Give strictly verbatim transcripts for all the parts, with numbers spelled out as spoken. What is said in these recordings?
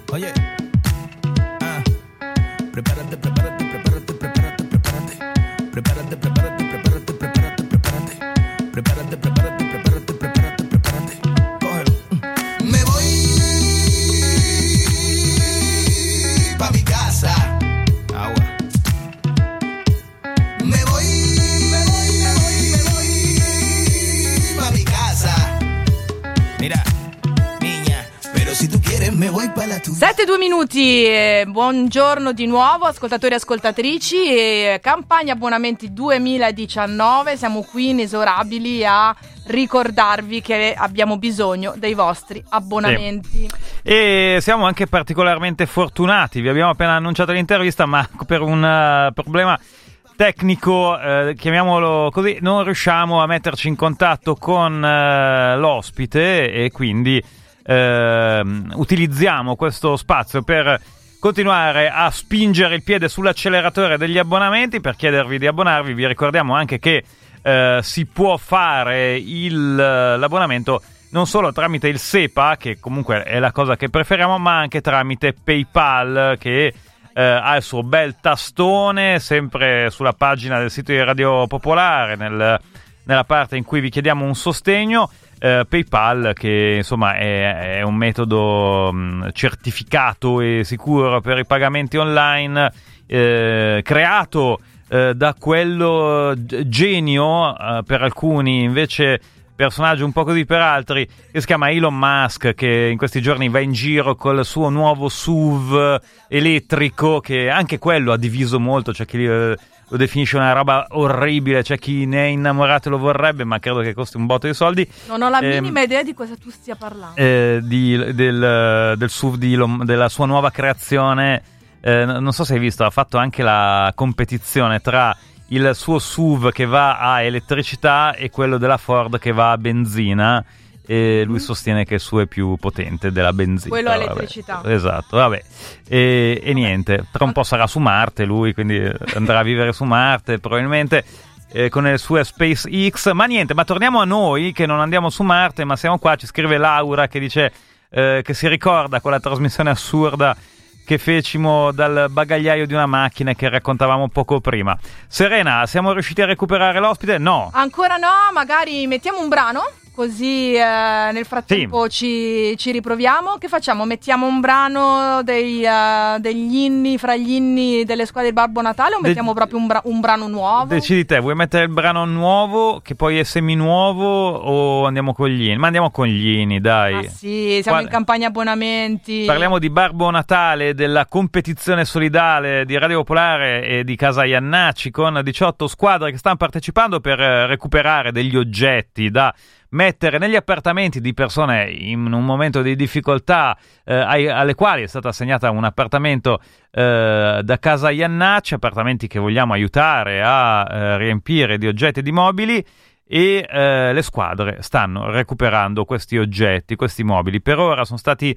Oye, ah, prepárate, prepárate, prepárate, prepárate, prepárate, prepárate, prepárate, prepárate, prepárate, prepárate, prepárate, prepárate, prepárate, prepárate, prepárate, cógelo. Me voy pa' mi casa. Agua. Me voy, me voy, me voy, me voy pa' mi casa. Mira, niña, pero si tu quieres me voy pa' la tua. sette e due minuti, eh, buongiorno di nuovo ascoltatori e ascoltatrici, e campagna abbonamenti duemiladiciannove, siamo qui inesorabili a ricordarvi che abbiamo bisogno dei vostri abbonamenti. Sì. E siamo anche particolarmente fortunati, vi abbiamo appena annunciato l'intervista, ma per un uh, problema tecnico, eh, chiamiamolo così, non riusciamo a metterci in contatto con uh, l'ospite e quindi uh, utilizziamo questo spazio per continuare a spingere il piede sull'acceleratore degli abbonamenti per chiedervi di abbonarvi. Vi ricordiamo anche che Uh, si può fare il, uh, l'abbonamento non solo tramite il SEPA, che comunque è la cosa che preferiamo, ma anche tramite PayPal, che uh, ha il suo bel tastone sempre sulla pagina del sito di Radio Popolare, nel, nella parte in cui vi chiediamo un sostegno. uh, PayPal, che insomma è, è un metodo um, certificato e sicuro per i pagamenti online, uh, creato Uh, da quello genio, uh, per alcuni invece personaggio un po' così per altri, che si chiama Elon Musk, che in questi giorni va in giro col suo nuovo S U V elettrico, che anche quello ha diviso molto. C'è chi uh, lo definisce una roba orribile, c'è chi ne è innamorato e lo vorrebbe, ma credo che costi un botto di soldi. Non ho la eh, minima idea di cosa tu stia parlando. eh, di, del, del S U V di Elon, della sua nuova creazione. Eh, non so se hai visto, ha fatto anche la competizione tra il suo S U V che va a elettricità e quello della Ford che va a benzina, e lui mm. sostiene che il suo è più potente della benzina. Quello a elettricità. Vabbè. Esatto, vabbè. E, e niente, tra un po' sarà su Marte lui, quindi andrà a vivere su Marte probabilmente, eh, con le sue SpaceX. Ma niente, ma torniamo a noi che non andiamo su Marte, ma siamo qua. Ci scrive Laura che dice eh, che si ricorda quella trasmissione assurda che fecimo dal bagagliaio di una macchina che raccontavamo poco prima. Serena, siamo riusciti a recuperare l'ospite? No. Ancora no, magari mettiamo un brano, così eh, nel frattempo sì. ci, ci riproviamo. Che facciamo? Mettiamo un brano dei, uh, degli inni, fra gli inni delle squadre di Babbo Natale, o mettiamo De- proprio un, bra- un brano nuovo? Decidi te, vuoi mettere il brano nuovo, che poi è semi-nuovo, o andiamo con gli inni? Ma andiamo con gli inni, dai. Ah sì, siamo Qual- in campagna abbonamenti. Parliamo di Babbo Natale, della competizione solidale di Radio Popolare e di Casa Iannacci, con diciotto squadre che stanno partecipando per eh, recuperare degli oggetti da mettere negli appartamenti di persone in un momento di difficoltà, eh, ai, alle quali è stato assegnato un appartamento eh, da Casa Iannacci, appartamenti che vogliamo aiutare a eh, riempire di oggetti e di mobili, e eh, le squadre stanno recuperando questi oggetti, questi mobili. Per ora sono stati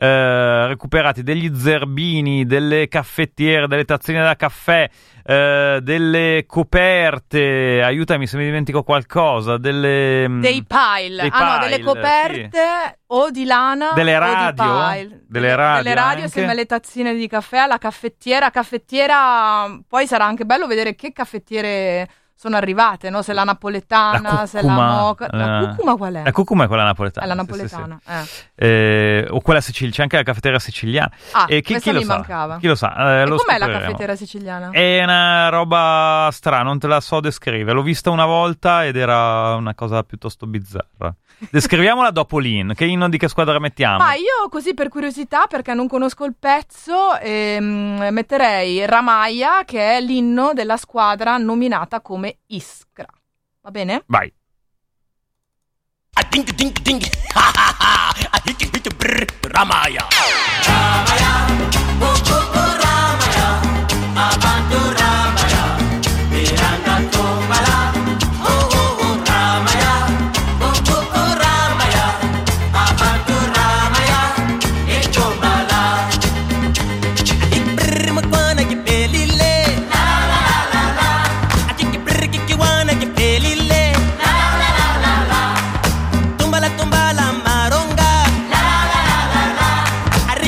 eh, recuperati degli zerbini, delle caffettiere, delle tazzine da caffè, eh, delle coperte, aiutami se mi dimentico qualcosa, delle dei pile, dei ah pile, no, delle coperte sì. o di lana, delle radio, o di pile. delle radio, delle radio anche. Insieme alle tazzine di caffè, la caffettiera, caffettiera, poi sarà anche bello vedere che caffettiere sono arrivate, no? Se la napoletana, la se la moca. La, la cucuma qual è? La cucuma è quella napoletana. È la napoletana, sì, sì, sì. Eh. Eh, o quella siciliana, c'è anche la caffettiera siciliana. Ah, e chi, questa chi mi lo sa? mancava. Chi lo sa? Eh, e lo com'è la scopriremo. caffettiera siciliana? È una roba strana, non te la so descrivere. L'ho vista una volta ed era una cosa piuttosto bizzarra. Descriviamola dopo l'in. Che inno di che squadra mettiamo? Ma io così per curiosità, perché non conosco il pezzo, ehm, metterei Ramaia, che è l'inno della squadra nominata come Iskra. Va bene? Vai. Ramaia. Tumbala, tumbala, maronga. La, la, la, la, la.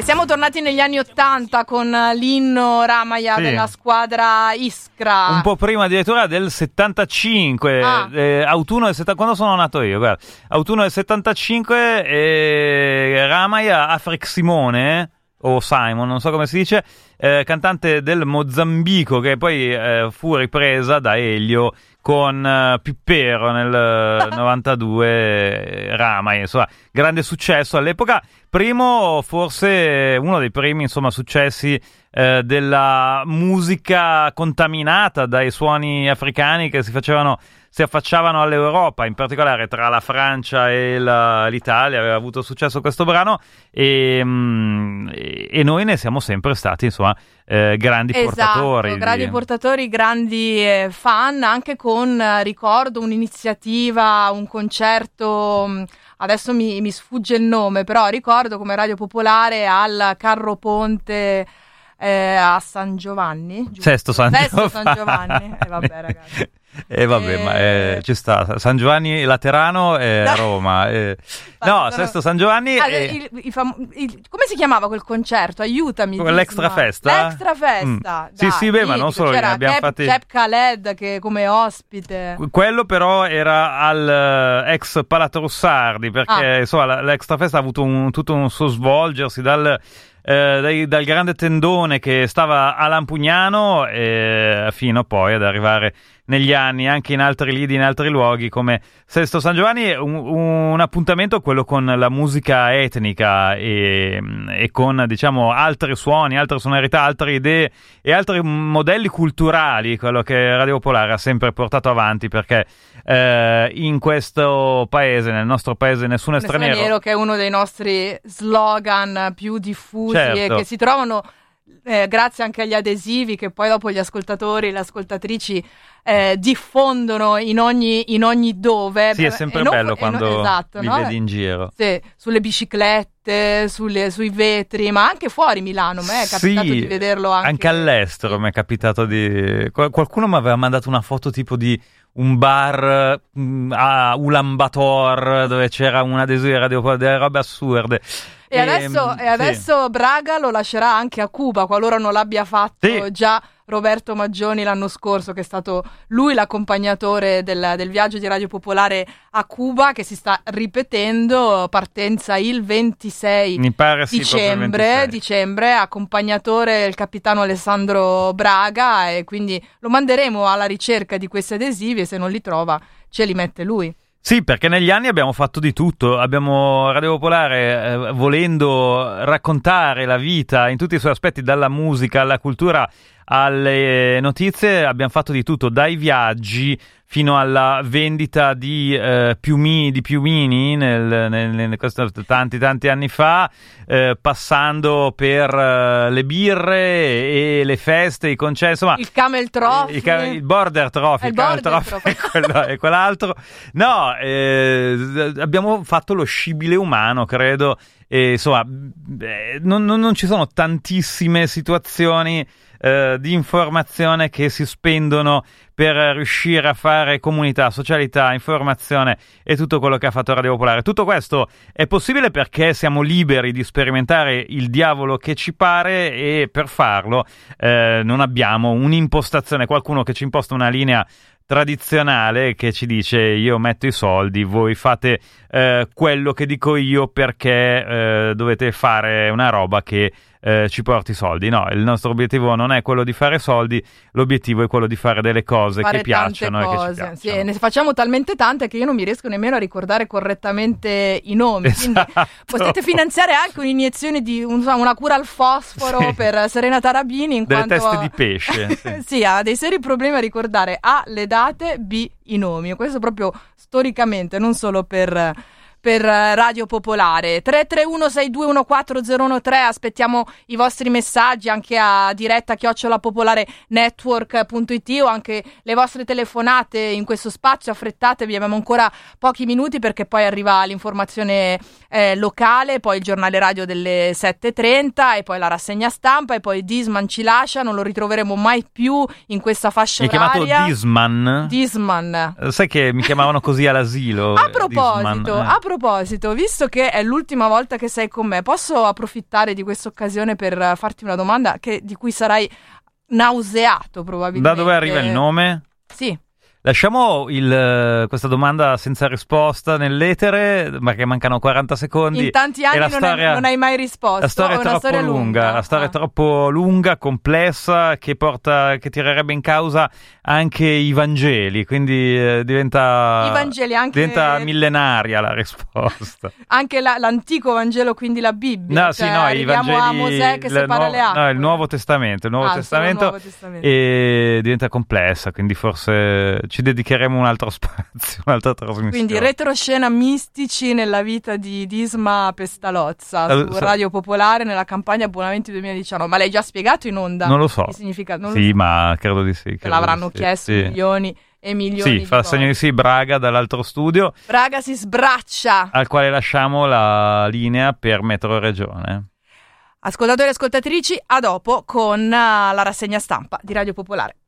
siamo tornati negli anni Ottanta con l'inno Ramaya Sì. della squadra Iskra. Un po' prima addirittura del settantacinque, Ah. eh, autunno del settantacinque, quando sono nato io, guarda, autunno del settantacinque, eh, Ramaya Afrik Simone, o Simon, non so come si dice, eh, cantante del Mozambico, che poi eh, fu ripresa da Elio con uh, Pippero nel novantadue, eh, Ramaya, insomma, grande successo all'epoca, primo, forse uno dei primi, insomma, successi eh, della musica contaminata dai suoni africani che si facevano, si affacciavano all'Europa, in particolare tra la Francia e la, l'Italia aveva avuto successo questo brano, e, mm, e noi ne siamo sempre stati, insomma, eh, grandi Esatto, portatori. di- grandi portatori, grandi eh, fan, anche con, eh, ricordo, un'iniziativa, un concerto, mh, adesso mi, mi sfugge il nome, però ricordo come Radio Popolare al Carro Ponte eh, a San Giovanni. giusto? Sesto San Sesto San Giovanni. Giovanni, e vabbè ragazzi. E vabbè, Eh, ma eh, ci sta San Giovanni Laterano e No. Roma. eh. Ma No, sono- Sesto San Giovanni. Ah, e- il- il fam- il- come si chiamava quel concerto? Aiutami. L'extra Disma. festa? L'extra festa. Mm. Dai, Sì, sì, beh, ma mitico. non solo, ne C'era abbiamo Cap, fatti- Cap Khaled che come ospite. Quello però era al eh, ex Palato Russardi, perché Ah. insomma la- l'extra festa ha avuto un, tutto un suo svolgersi dal, eh, dai- dal grande tendone che stava a Lampugnano eh, fino poi ad arrivare negli anni anche in altri lidi, in altri luoghi come Sesto San Giovanni. Un, un appuntamento, quello con la musica etnica e, e con, diciamo, altri suoni, altre sonorità, altre idee e altri modelli culturali, quello che Radio Popolare ha sempre portato avanti, perché eh, in questo paese, nel nostro paese, nessuno è straniero. Straniero, che è uno dei nostri slogan più diffusi Certo. e che si trovano eh, grazie anche agli adesivi che poi dopo gli ascoltatori e le ascoltatrici eh, diffondono in ogni, in ogni dove. Sì, è Beh, sempre e non- bello e non- quando esatto, li no? vedi in giro. Sì, sulle biciclette, sulle- sui vetri, ma anche fuori Milano. A me è capitato Sì, di vederlo anche, all'estero mi è capitato di... Qual- Qualcuno mi aveva mandato una foto tipo di un bar mh, a Ulaanbaatar dove c'era un adesivo di Radio Popolare, delle robe assurde. E adesso, Ehm, e adesso Braga lo lascerà anche a Cuba, qualora non l'abbia fatto Sì. già Roberto Maggioni l'anno scorso, che è stato lui l'accompagnatore del, del viaggio di Radio Popolare a Cuba, che si sta ripetendo, partenza il ventisei Mi pare sì, proprio il dicembre, ventisei. dicembre, accompagnatore il capitano Alessandro Braga, e quindi lo manderemo alla ricerca di questi adesivi e se non li trova ce li mette lui. Sì, perché negli anni abbiamo fatto di tutto. Abbiamo Radio Popolare, eh, volendo raccontare la vita in tutti i suoi aspetti, dalla musica alla cultura alle notizie, abbiamo fatto di tutto, dai viaggi fino alla vendita di eh, piumini, di piumini nel, nel, nel- questo, tanti tanti anni fa, eh, passando per eh, le birre e le feste, i concerti, insomma Il Camel Trophy. il, ca- il Border Trophy, Il il Camel Border Trophy, Trophy. è quello e quell'altro. No, eh, abbiamo fatto lo scibile umano, credo. E, insomma, eh, non, non- non ci sono tantissime situazioni eh, di informazione che si spendono per riuscire a fare comunità, socialità, informazione e tutto quello che ha fatto Radio Popolare. Tutto questo è possibile perché siamo liberi di sperimentare il diavolo che ci pare, e per farlo eh, non abbiamo un'impostazione, qualcuno che ci imposta una linea tradizionale che ci dice: io metto i soldi, voi fate eh, quello che dico io, perché eh, dovete fare una roba che eh, ci porti soldi. No, il nostro obiettivo non è quello di fare soldi, l'obiettivo è quello di fare delle cose fare che piacciono tante e che ci cose. piacciono. Sì, ne facciamo talmente tante che io non mi riesco nemmeno a ricordare correttamente i nomi. Quindi Esatto. potete finanziare anche un'iniezione di un- una cura al fosforo Sì. per Serena Tarabini, in Delle quanto teste di pesce, sì. sì, ha dei seri problemi a ricordare A, le date, B, i nomi. Questo proprio storicamente, non solo per per Radio Popolare. Tre tre uno sei due uno quattro zero uno tre, aspettiamo i vostri messaggi anche a diretta chiocciola popolare network punto it o anche le vostre telefonate in questo spazio. Affrettatevi, abbiamo ancora pochi minuti perché poi arriva l'informazione eh, locale, poi il giornale radio delle sette e trenta e poi la rassegna stampa e poi Disman ci lascia, non lo ritroveremo mai più in questa fascia Mi hai chiamato oraria. Disman? Disman. Eh, Sai che mi chiamavano così all'asilo? A eh, proposito, Disman, eh. a proposito proposito, visto che è l'ultima volta che sei con me, posso approfittare di questa occasione per farti una domanda che, di cui sarai nauseato probabilmente. Da dove arriva il nome? Sì. Lasciamo il, questa domanda senza risposta nell'etere, ma che mancano quaranta secondi. In tanti anni non, storia, hai, non hai mai risposto. La storia è troppo storia lunga. lunga, la storia ah. è troppo lunga, complessa, che porta, che tirerebbe in causa anche i Vangeli, quindi eh, diventa, I Vangeli anche... diventa millenaria la risposta. Anche la, l'antico Vangelo, quindi la Bibbia. No, cioè, sì, no, i Vangeli, a Mosè che separa nuovo, le acque. No, il Nuovo Testamento, il Nuovo, ah, Testamento, Nuovo Testamento e diventa complessa, quindi forse ci dedicheremo un altro spazio, un'altra trasmissione. Quindi retroscena mistici nella vita di Disma Pestalozza Allora, su Radio Popolare nella campagna Abbonamenti duemiladiciannove. Ma l'hai già spiegato in onda? Non lo so. Che significa? Non sì, lo so. ma credo di sì. Te credo l'avranno di sì. chiesto sì. milioni e milioni Sì, di fa volte. segno di sì, Braga dall'altro studio. Braga si sbraccia. Al quale lasciamo la linea per Metro Regione. Ascoltatori e ascoltatrici, a dopo con uh, la rassegna stampa di Radio Popolare.